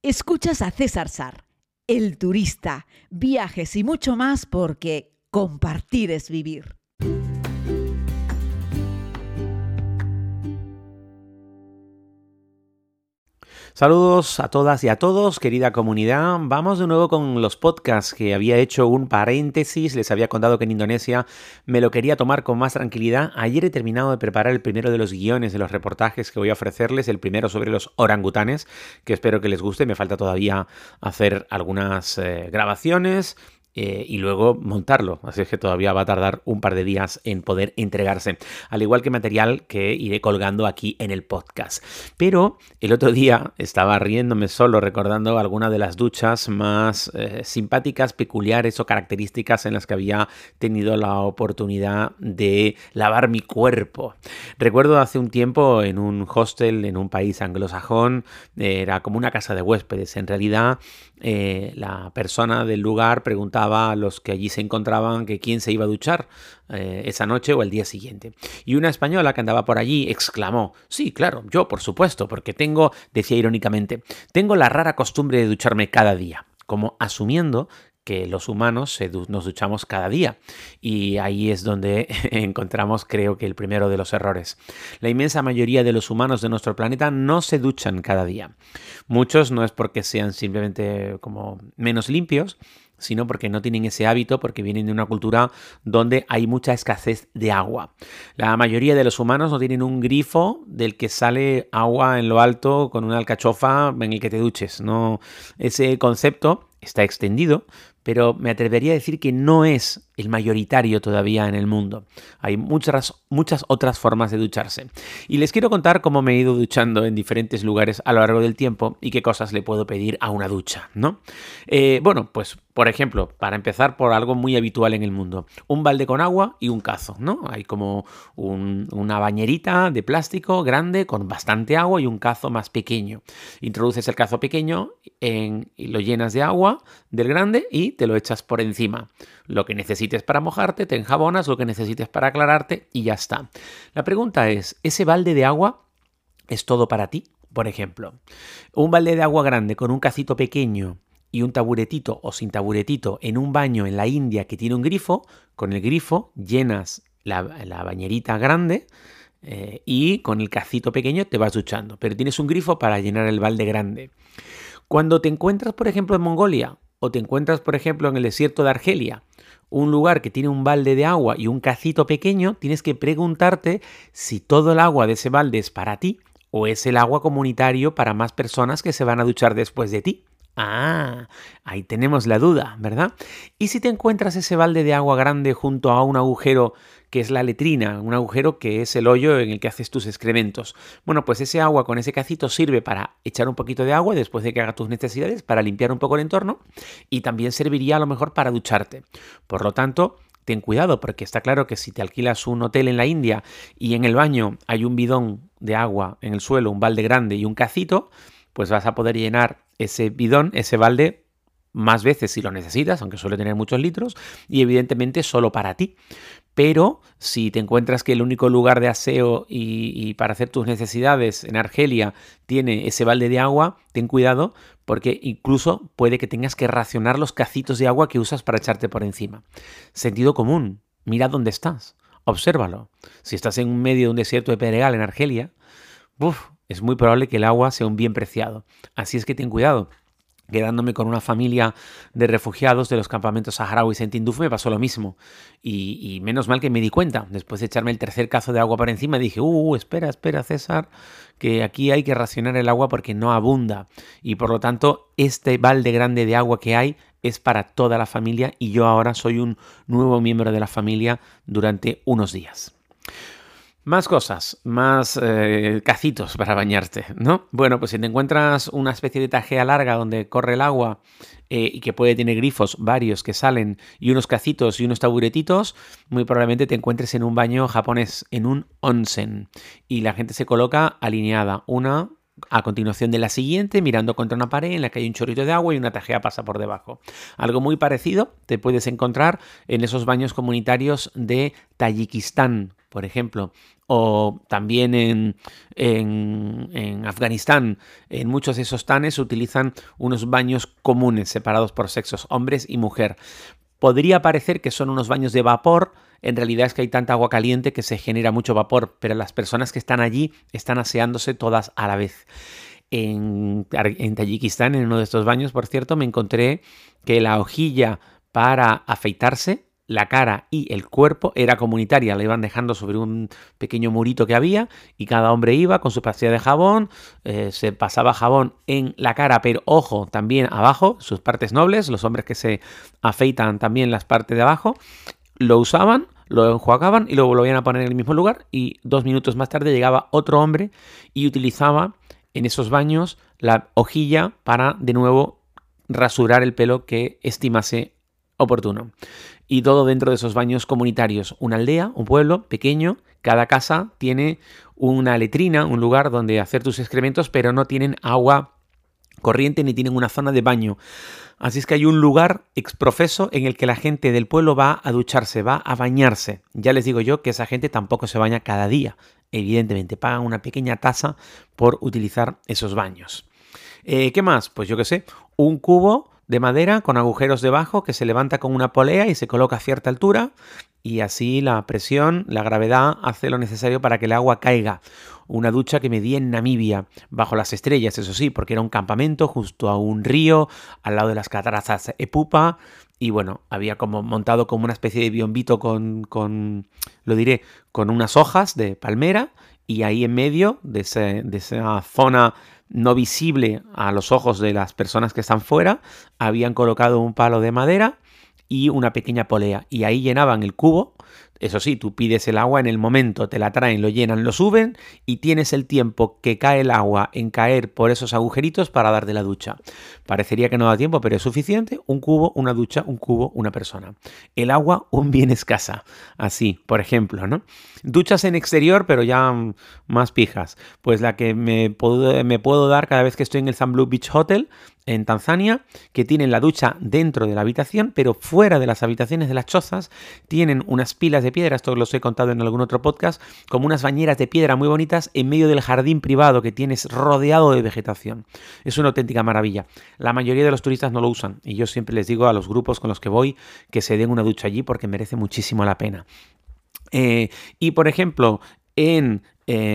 Escuchas a César Sar, el turista, viajes y mucho más porque compartir es vivir. Saludos a todas y a todos, querida comunidad. Vamos de nuevo con los podcasts que había hecho un paréntesis. Les había contado que en Indonesia me lo quería tomar con más tranquilidad. Ayer he terminado de preparar el primero de los guiones de los reportajes que voy a ofrecerles, el primero sobre los orangutanes, que espero que les guste. Me falta todavía hacer algunas grabaciones. Y luego montarlo, así es que todavía va a tardar un par de días en poder entregarse, al igual que material que iré colgando aquí en el podcast. Pero el otro día estaba riéndome solo recordando algunas de las duchas más simpáticas, peculiares o características en las que había tenido la oportunidad de lavar mi cuerpo. Recuerdo hace un tiempo en un hostel en un país anglosajón, era como una casa de huéspedes en realidad. La persona del lugar preguntaba a los que allí se encontraban que quién se iba a duchar esa noche o el día siguiente. Y una española que andaba por allí exclamó: sí, claro, yo por supuesto, porque decía irónicamente, tengo la rara costumbre de ducharme cada día, como asumiendo que los humanos nos duchamos cada día. Y ahí es donde encontramos, creo que el primero de los errores. La inmensa mayoría de los humanos de nuestro planeta no se duchan cada día. Muchos no es porque sean simplemente como menos limpios, sino porque no tienen ese hábito, porque vienen de una cultura donde hay mucha escasez de agua. La mayoría de los humanos no tienen un grifo del que sale agua en lo alto con una alcachofa en el que te duches. No, ese concepto está extendido, pero me atrevería a decir que no es el mayoritario todavía en el mundo. Hay muchas otras formas de ducharse. Y les quiero contar cómo me he ido duchando en diferentes lugares a lo largo del tiempo y qué cosas le puedo pedir a una ducha, ¿no? Bueno, pues por ejemplo, para empezar por algo muy habitual en el mundo, un balde con agua y un cazo, ¿no? Hay como una bañerita de plástico grande con bastante agua y un cazo más pequeño. Introduces el cazo pequeño y lo llenas de agua del grande y te lo echas por encima. Lo que necesites para mojarte, te enjabonas, lo que necesites para aclararte y ya está. La pregunta es, ¿ese balde de agua es todo para ti? Por ejemplo, un balde de agua grande con un cacito pequeño y un taburetito o sin taburetito en un baño en la India que tiene un grifo, con el grifo llenas la bañerita grande y con el cacito pequeño te vas duchando, pero tienes un grifo para llenar el balde grande. Cuando te encuentras, por ejemplo, en Mongolia o te encuentras, por ejemplo, en el desierto de Argelia, un lugar que tiene un balde de agua y un cacito pequeño, tienes que preguntarte si todo el agua de ese balde es para ti o es el agua comunitario para más personas que se van a duchar después de ti. Ah, ahí tenemos la duda, ¿verdad? ¿Y si te encuentras ese balde de agua grande junto a un agujero que es la letrina, un agujero que es el hoyo en el que haces tus excrementos? Bueno, pues ese agua con ese cacito sirve para echar un poquito de agua después de que hagas tus necesidades, para limpiar un poco el entorno y también serviría a lo mejor para ducharte. Por lo tanto, ten cuidado porque está claro que si te alquilas un hotel en la India y en el baño hay un bidón de agua en el suelo, un balde grande y un cacito, pues vas a poder llenar ese bidón, ese balde, más veces si lo necesitas, aunque suele tener muchos litros, y evidentemente solo para ti. Pero si te encuentras que el único lugar de aseo y para hacer tus necesidades en Argelia tiene ese balde de agua, ten cuidado porque incluso puede que tengas que racionar los cacitos de agua que usas para echarte por encima. Sentido común, mira dónde estás, obsérvalo. Si estás en medio de un desierto de Pedregal en Argelia, es muy probable que el agua sea un bien preciado. Así es que ten cuidado. Quedándome con una familia de refugiados de los campamentos saharauis en Tinduf me pasó lo mismo. Y menos mal que me di cuenta. Después de echarme el tercer cazo de agua por encima dije, espera César, que aquí hay que racionar el agua porque no abunda. Y por lo tanto, este balde grande de agua que hay es para toda la familia y yo ahora soy un nuevo miembro de la familia durante unos días. Más cosas, más cacitos para bañarte, ¿no? Bueno, pues si te encuentras una especie de tajea larga donde corre el agua y que puede tener grifos varios que salen y unos cacitos y unos taburetitos, muy probablemente te encuentres en un baño japonés, en un onsen. Y la gente se coloca alineada, una a continuación de la siguiente, mirando contra una pared en la que hay un chorrito de agua y una tajea pasa por debajo. Algo muy parecido te puedes encontrar en esos baños comunitarios de Tayikistán, por ejemplo, o también en Afganistán, en muchos de esos tanes se utilizan unos baños comunes separados por sexos, hombres y mujer. Podría parecer que son unos baños de vapor, en realidad es que hay tanta agua caliente que se genera mucho vapor, pero las personas que están allí están aseándose todas a la vez. En Tayikistán, en uno de estos baños, por cierto, me encontré que la hojilla para afeitarse la cara y el cuerpo era comunitaria, la iban dejando sobre un pequeño murito que había y cada hombre iba con su pastilla de jabón, se pasaba jabón en la cara, pero ojo, también abajo, sus partes nobles, los hombres que se afeitan también las partes de abajo, lo usaban, lo enjuagaban y lo volvían a poner en el mismo lugar y 2 minutos más tarde llegaba otro hombre y utilizaba en esos baños la hojilla para de nuevo rasurar el pelo que estimase oportuno. Y todo dentro de esos baños comunitarios. Una aldea, un pueblo pequeño, cada casa tiene una letrina, un lugar donde hacer tus excrementos, pero no tienen agua corriente ni tienen una zona de baño. Así es que hay un lugar exprofeso en el que la gente del pueblo va a ducharse, va a bañarse. Ya les digo yo que esa gente tampoco se baña cada día. Evidentemente, pagan una pequeña tasa por utilizar esos baños. ¿Qué más? Pues yo qué sé, un cubo de madera con agujeros debajo que se levanta con una polea y se coloca a cierta altura y así la presión, la gravedad hace lo necesario para que el agua caiga. Una ducha que me di en Namibia, bajo las estrellas, eso sí, porque era un campamento justo a un río, al lado de las cataratas Epupa y bueno, había como montado como una especie de biombito con unas hojas de palmera y ahí en medio de esa zona no visible a los ojos de las personas que están fuera, habían colocado un palo de madera y una pequeña polea. Y ahí llenaban el cubo. Eso sí, tú pides el agua en el momento, te la traen, lo llenan, lo suben y tienes el tiempo que cae el agua en caer por esos agujeritos para dar de la ducha. Parecería que no da tiempo, pero es suficiente. Un cubo, una ducha, un cubo, una persona. El agua, un bien escasa. Así, por ejemplo, ¿no? Duchas en exterior, pero ya más pijas. Pues la que me puedo dar cada vez que estoy en el Sun Blue Beach Hotel en Tanzania, que tienen la ducha dentro de la habitación, pero fuera de las habitaciones de las chozas tienen unas pilas de piedra, esto los he contado en algún otro podcast, como unas bañeras de piedra muy bonitas en medio del jardín privado que tienes rodeado de vegetación. Es una auténtica maravilla. La mayoría de los turistas no lo usan y yo siempre les digo a los grupos con los que voy que se den una ducha allí porque merece muchísimo la pena. Y por ejemplo, en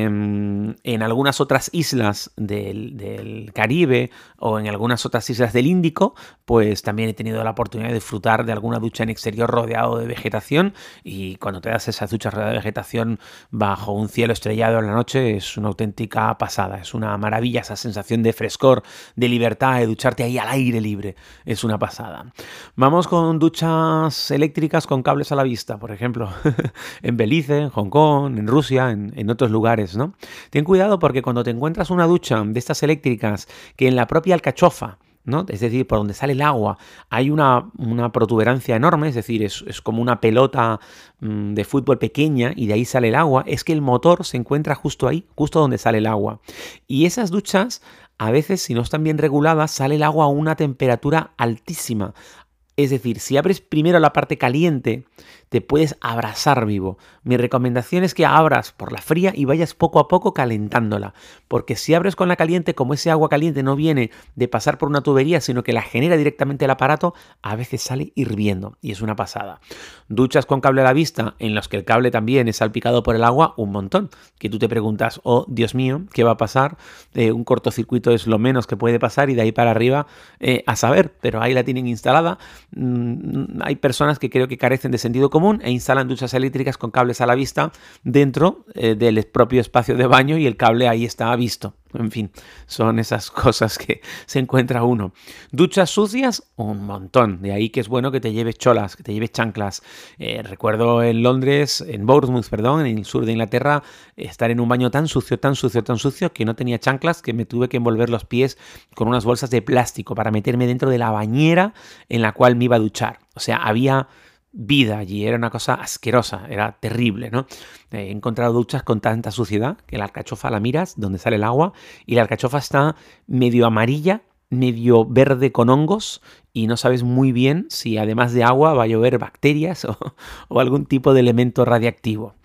algunas otras islas del Caribe o en algunas otras islas del Índico, pues también he tenido la oportunidad de disfrutar de alguna ducha en exterior rodeado de vegetación y cuando te das esas duchas rodeadas de vegetación bajo un cielo estrellado en la noche es una auténtica pasada, es una maravilla esa sensación de frescor, de libertad, de ducharte ahí al aire libre, es una pasada. Vamos con duchas eléctricas con cables a la vista, por ejemplo, en Belice, en Hong Kong, en Rusia, en otros lugares, ¿no? Ten cuidado porque cuando te encuentras una ducha de estas eléctricas que en la propia alcachofa, ¿no? Es decir, por donde sale el agua, hay una protuberancia enorme, es decir, es como una pelota de fútbol pequeña y de ahí sale el agua, es que el motor se encuentra justo ahí, justo donde sale el agua. Y esas duchas, a veces, si no están bien reguladas, sale el agua a una temperatura altísima. Es decir, si abres primero la parte caliente, te puedes abrasar vivo. Mi recomendación es que abras por la fría y vayas poco a poco calentándola. Porque si abres con la caliente, como ese agua caliente no viene de pasar por una tubería, sino que la genera directamente el aparato, a veces sale hirviendo y es una pasada. Duchas con cable a la vista, en los que el cable también es salpicado por el agua, un montón. Que tú te preguntas, oh Dios mío, ¿qué va a pasar? Un cortocircuito es lo menos que puede pasar y de ahí para arriba a saber, pero ahí la tienen instalada. Hay personas que creo que carecen de sentido común e instalan duchas eléctricas con cables a la vista dentro del propio espacio de baño y el cable ahí está visto. En fin, son esas cosas que se encuentra uno. Duchas sucias, un montón. De ahí que es bueno que te lleves cholas, que te lleves chanclas. Recuerdo en Londres, en Bournemouth, perdón, en el sur de Inglaterra, estar en un baño tan sucio, que no tenía chanclas, que me tuve que envolver los pies con unas bolsas de plástico para meterme dentro de la bañera en la cual me iba a duchar. O sea, había vida allí, era una cosa asquerosa, era terrible, ¿no? He encontrado duchas con tanta suciedad que la alcachofa la miras donde sale el agua y la alcachofa está medio amarilla, medio verde con hongos y no sabes muy bien si además de agua va a llover bacterias o algún tipo de elemento radiactivo.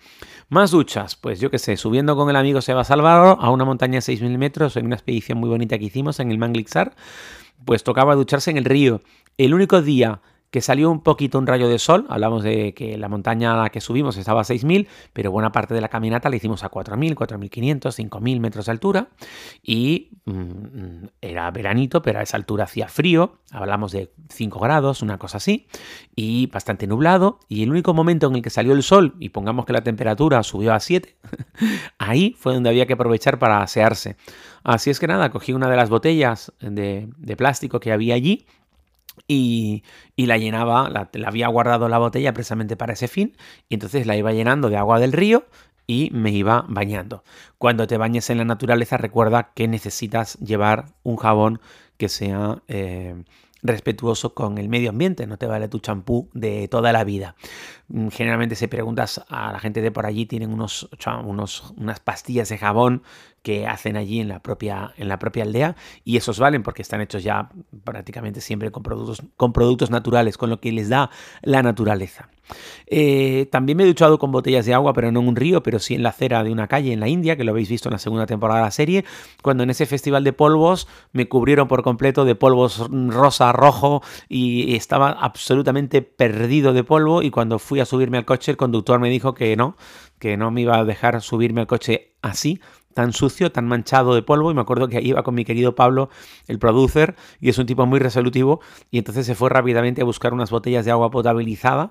Más duchas, pues yo qué sé, subiendo con el amigo Seba Salvador a una montaña de 6.000 metros en una expedición muy bonita que hicimos en el Manglixar, pues tocaba ducharse en el río. El único día que salió un poquito un rayo de sol, hablamos de que la montaña a la que subimos estaba a 6.000, pero buena parte de la caminata la hicimos a 4.000, 4.500, 5.000 metros de altura y era veranito, pero a esa altura hacía frío, hablamos de 5 grados, una cosa así, y bastante nublado, y el único momento en el que salió el sol, y pongamos que la temperatura subió a 7, ahí fue donde había que aprovechar para asearse. Así es que nada, cogí una de las botellas de plástico que había allí, y la llenaba, la había guardado la botella precisamente para ese fin, y entonces la iba llenando de agua del río y me iba bañando. Cuando te bañes en la naturaleza, recuerda que necesitas llevar un jabón que sea respetuoso con el medio ambiente, no te vale tu champú de toda la vida. Generalmente si preguntas a la gente de por allí, tienen unas pastillas de jabón que hacen allí en la propia aldea, y esos valen porque están hechos ya prácticamente siempre con productos naturales, con lo que les da la naturaleza. También me he duchado con botellas de agua, pero no en un río, pero sí en la acera de una calle en la India, que lo habéis visto en la segunda temporada de la serie, cuando en ese festival de polvos me cubrieron por completo de polvos rosa, rojo, y estaba absolutamente perdido de polvo, y cuando fui a subirme al coche el conductor me dijo que no me iba a dejar subirme al coche así, tan sucio, tan manchado de polvo, y me acuerdo que ahí iba con mi querido Pablo, el producer, y es un tipo muy resolutivo, y entonces se fue rápidamente a buscar unas botellas de agua potabilizada,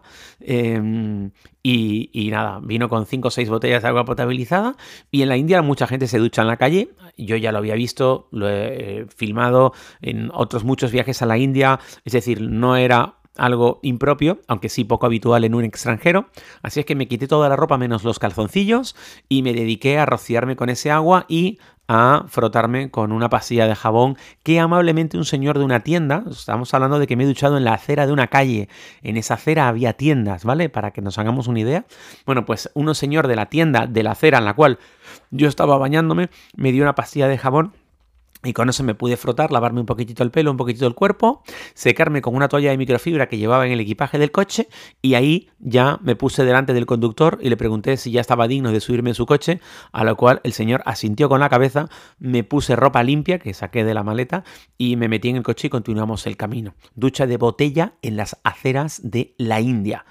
y nada, vino con 5 o 6 botellas de agua potabilizada, y en la India mucha gente se ducha en la calle, yo ya lo había visto, lo he filmado en otros muchos viajes a la India, es decir, no era algo impropio, aunque sí poco habitual en un extranjero, así es que me quité toda la ropa menos los calzoncillos y me dediqué a rociarme con ese agua y a frotarme con una pastilla de jabón que amablemente un señor de una tienda, estamos hablando de que me he duchado en la acera de una calle, en esa acera había tiendas, ¿vale? Para que nos hagamos una idea. Bueno, pues un señor de la tienda de la acera en la cual yo estaba bañándome me dio una pastilla de jabón. Y con eso me pude frotar, lavarme un poquitito el pelo, un poquitito el cuerpo, secarme con una toalla de microfibra que llevaba en el equipaje del coche, y ahí ya me puse delante del conductor y le pregunté si ya estaba digno de subirme en su coche, a lo cual el señor asintió con la cabeza, me puse ropa limpia que saqué de la maleta y me metí en el coche y continuamos el camino. Ducha de botella en las aceras de la India.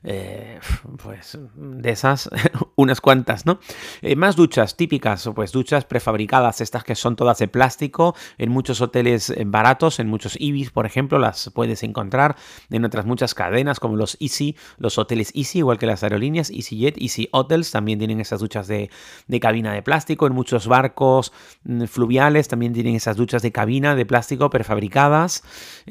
Pues de esas unas cuantas, ¿no? Más duchas típicas, pues duchas prefabricadas, estas que son todas de plástico, en muchos hoteles baratos, en muchos Ibis, por ejemplo, las puedes encontrar, en otras muchas cadenas como los Easy, los hoteles Easy, igual que las aerolíneas, EasyJet, Easy Hotels, también tienen esas duchas de cabina de plástico, en muchos barcos fluviales también tienen esas duchas de cabina de plástico prefabricadas,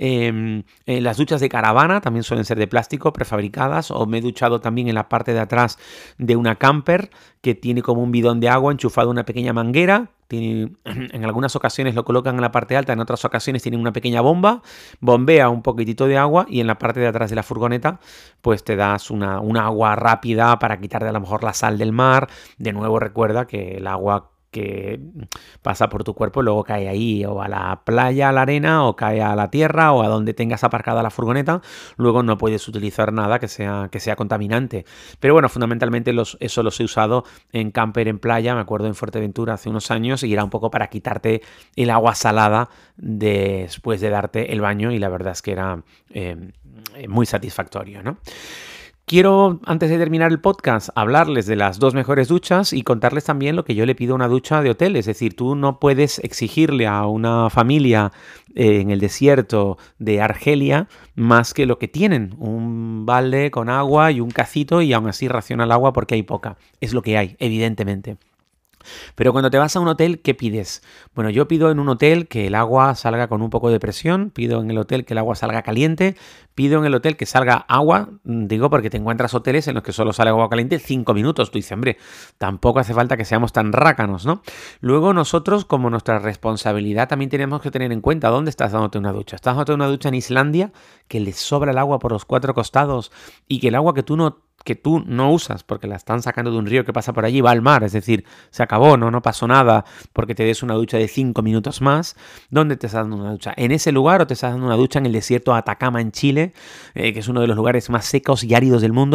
las duchas de caravana también suelen ser de plástico prefabricadas, o me he duchado también en la parte de atrás de una camper que tiene como un bidón de agua enchufado a una pequeña manguera. En algunas ocasiones lo colocan en la parte alta, en otras ocasiones tienen una pequeña bomba, bombea un poquitito de agua y en la parte de atrás de la furgoneta pues te das una agua rápida para quitarte a lo mejor la sal del mar. De nuevo recuerda que el agua que pasa por tu cuerpo luego cae ahí o a la playa, a la arena, o cae a la tierra o a donde tengas aparcada la furgoneta. Luego no puedes utilizar nada que sea contaminante. Pero bueno, fundamentalmente eso los he usado en camper en playa, me acuerdo en Fuerteventura hace unos años, y era un poco para quitarte el agua salada después de darte el baño, y la verdad es que era muy satisfactorio, ¿no? Quiero, antes de terminar el podcast, hablarles de las 2 mejores duchas y contarles también lo que yo le pido a una ducha de hotel. Es decir, tú no puedes exigirle a una familia en el desierto de Argelia más que lo que tienen. Un balde con agua y un cacito, y aún así raciona el agua porque hay poca. Es lo que hay, evidentemente. Pero cuando te vas a un hotel, ¿qué pides? Bueno, yo pido en un hotel que el agua salga con un poco de presión, pido en el hotel que el agua salga caliente, pido en el hotel que salga agua, digo porque te encuentras hoteles en los que solo sale agua caliente 5 minutos, tú dices, hombre, tampoco hace falta que seamos tan rácanos, ¿no? Luego nosotros, como nuestra responsabilidad, también tenemos que tener en cuenta dónde estás dándote una ducha. Estás dándote una ducha en Islandia, que les sobra el agua por los 4 costados, y que el agua que tú no usas porque la están sacando de un río que pasa por allí, va al mar, es decir, se acabó, no pasó nada porque te des una ducha de 5 minutos más. ¿Dónde te estás dando una ducha? ¿En ese lugar o te estás dando una ducha en el desierto de Atacama en Chile, que es uno de los lugares más secos y áridos del mundo y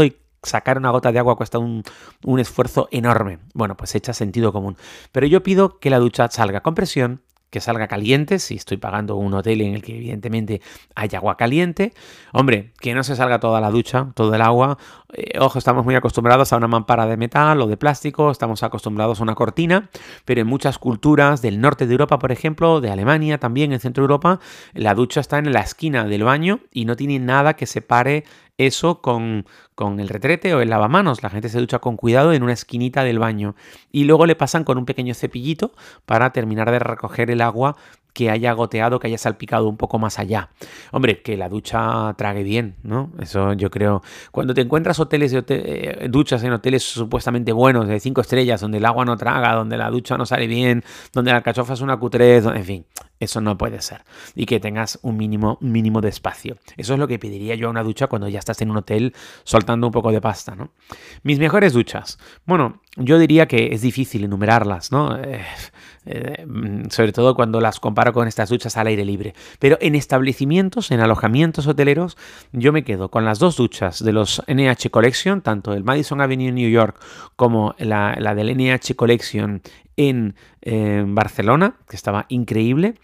sacar una gota de agua cuesta un esfuerzo enorme. Bueno, pues echa sentido común. Pero yo pido que la ducha salga con presión, que salga caliente, si estoy pagando un hotel en el que evidentemente hay agua caliente. Hombre, que no se salga toda la ducha, todo el agua. Ojo, estamos muy acostumbrados a una mampara de metal o de plástico, estamos acostumbrados a una cortina, pero en muchas culturas del norte de Europa, por ejemplo, de Alemania, también en Centro Europa, la ducha está en la esquina del baño y no tiene nada que separe eso con el retrete o el lavamanos. La gente se ducha con cuidado en una esquinita del baño y luego le pasan con un pequeño cepillito para terminar de recoger el agua que haya goteado, que haya salpicado un poco más allá. Hombre, que la ducha trague bien, ¿no? Eso yo creo. Cuando te encuentras duchas en hoteles supuestamente buenos, de 5 estrellas, donde el agua no traga, donde la ducha no sale bien, donde la alcachofa es una cutrez, en fin, eso no puede ser. Y que tengas un mínimo de espacio. Eso es lo que pediría yo a una ducha cuando ya estás en un hotel soltando un poco de pasta, ¿no? Mis mejores duchas. Bueno, yo diría que es difícil enumerarlas, ¿no? Sobre todo cuando las comparo con estas duchas al aire libre. Pero en establecimientos, en alojamientos hoteleros, yo me quedo con las 2 duchas de los NH Collection, tanto el Madison Avenue en New York como la del NH Collection en Barcelona, que estaba increíble.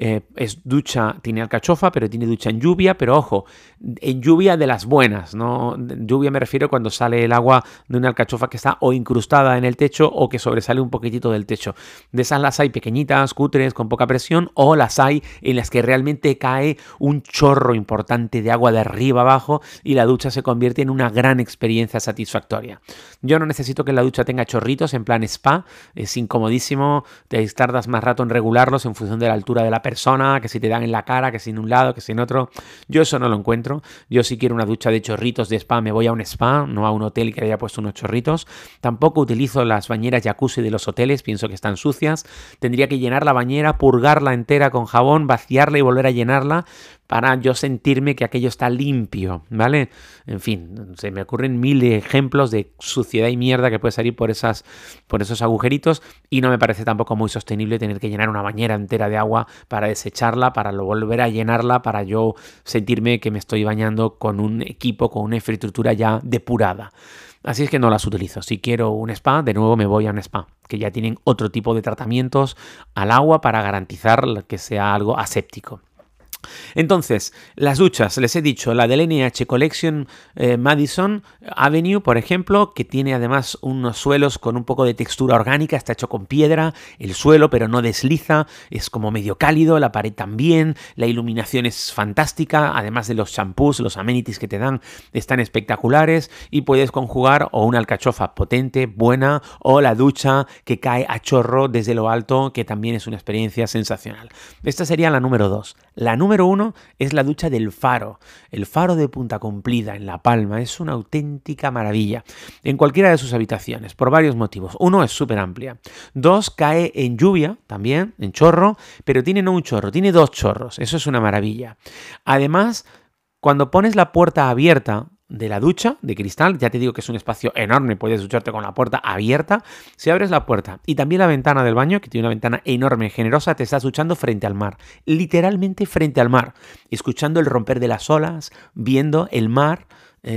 Es ducha, tiene alcachofa, pero tiene ducha en lluvia, pero ojo, en lluvia de las buenas, ¿no? Lluvia me refiero cuando sale el agua de una alcachofa que está o incrustada en el techo o que sobresale un poquitito del techo. De esas las hay pequeñitas, cutres, con poca presión, o las hay en las que realmente cae un chorro importante de agua de arriba abajo y la ducha se convierte en una gran experiencia satisfactoria. Yo no necesito que la ducha tenga chorritos en plan spa, es incomodísimo, te tardas más rato en regularlos en función de la altura de la persona, que si te dan en la cara, que si en un lado, que si en otro. Yo eso no lo encuentro. Yo si quiero una ducha de chorritos de spa, me voy a un spa, no a un hotel que haya puesto unos chorritos. Tampoco utilizo las bañeras jacuzzi de los hoteles, pienso que están sucias. Tendría que llenar la bañera, purgarla entera con jabón, vaciarla y volver a llenarla para yo sentirme que aquello está limpio, ¿vale? En fin, se me ocurren 1000 ejemplos de suciedad y mierda que puede salir por esos agujeritos y no me parece tampoco muy sostenible tener que llenar una bañera entera de agua para desecharla, para volver a llenarla, para yo sentirme que me estoy bañando con un equipo, con una infraestructura ya depurada. Así es que no las utilizo. Si quiero un spa, de nuevo me voy a un spa, que ya tienen otro tipo de tratamientos al agua para garantizar que sea algo aséptico. Entonces, las duchas, les he dicho, la del NH Collection Madison Avenue, por ejemplo, que tiene además unos suelos con un poco de textura orgánica, está hecho con piedra, el suelo, pero no desliza, es como medio cálido, la pared también, la iluminación es fantástica, además de los champús, los amenities que te dan están espectaculares y puedes conjugar o una alcachofa potente, buena, o la ducha que cae a chorro desde lo alto, que también es una experiencia sensacional. Esta sería la número 2. La número 1 es la ducha del Faro. El Faro de Punta Complida, en La Palma, es una auténtica maravilla. En cualquiera de sus habitaciones, por varios motivos. 1, es súper amplia. 2, cae en lluvia, también, en chorro, pero tiene no un chorro, tiene 2 chorros. Eso es una maravilla. Además, cuando pones la puerta abierta de la ducha de cristal, ya te digo que es un espacio enorme, puedes ducharte con la puerta abierta. Si abres la puerta y también la ventana del baño, que tiene una ventana enorme, generosa, te estás duchando frente al mar, literalmente frente al mar, escuchando el romper de las olas, viendo el mar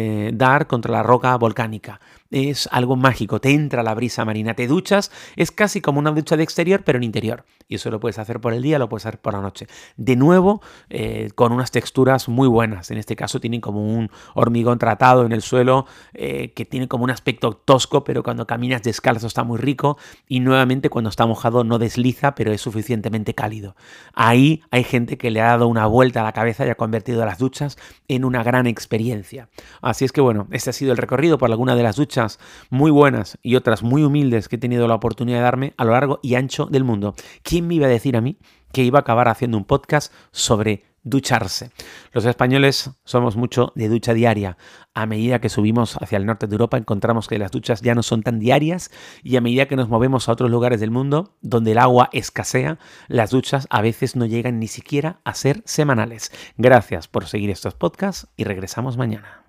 dar contra la roca volcánica. Es algo mágico, te entra la brisa marina, te duchas, es casi como una ducha de exterior, pero en interior. Y eso lo puedes hacer por el día, lo puedes hacer por la noche. De nuevo, con unas texturas muy buenas. En este caso tienen como un hormigón tratado en el suelo, que tiene como un aspecto tosco, pero cuando caminas descalzo está muy rico. Y nuevamente cuando está mojado no desliza, pero es suficientemente cálido. Ahí hay gente que le ha dado una vuelta a la cabeza y ha convertido las duchas en una gran experiencia. Así es que bueno, este ha sido el recorrido por alguna de las duchas muy buenas y otras muy humildes que he tenido la oportunidad de darme a lo largo y ancho del mundo. ¿Quién me iba a decir a mí que iba a acabar haciendo un podcast sobre ducharse? Los españoles somos mucho de ducha diaria. A medida que subimos hacia el norte de Europa encontramos que las duchas ya no son tan diarias y a medida que nos movemos a otros lugares del mundo donde el agua escasea, las duchas a veces no llegan ni siquiera a ser semanales. Gracias por seguir estos podcasts y regresamos mañana.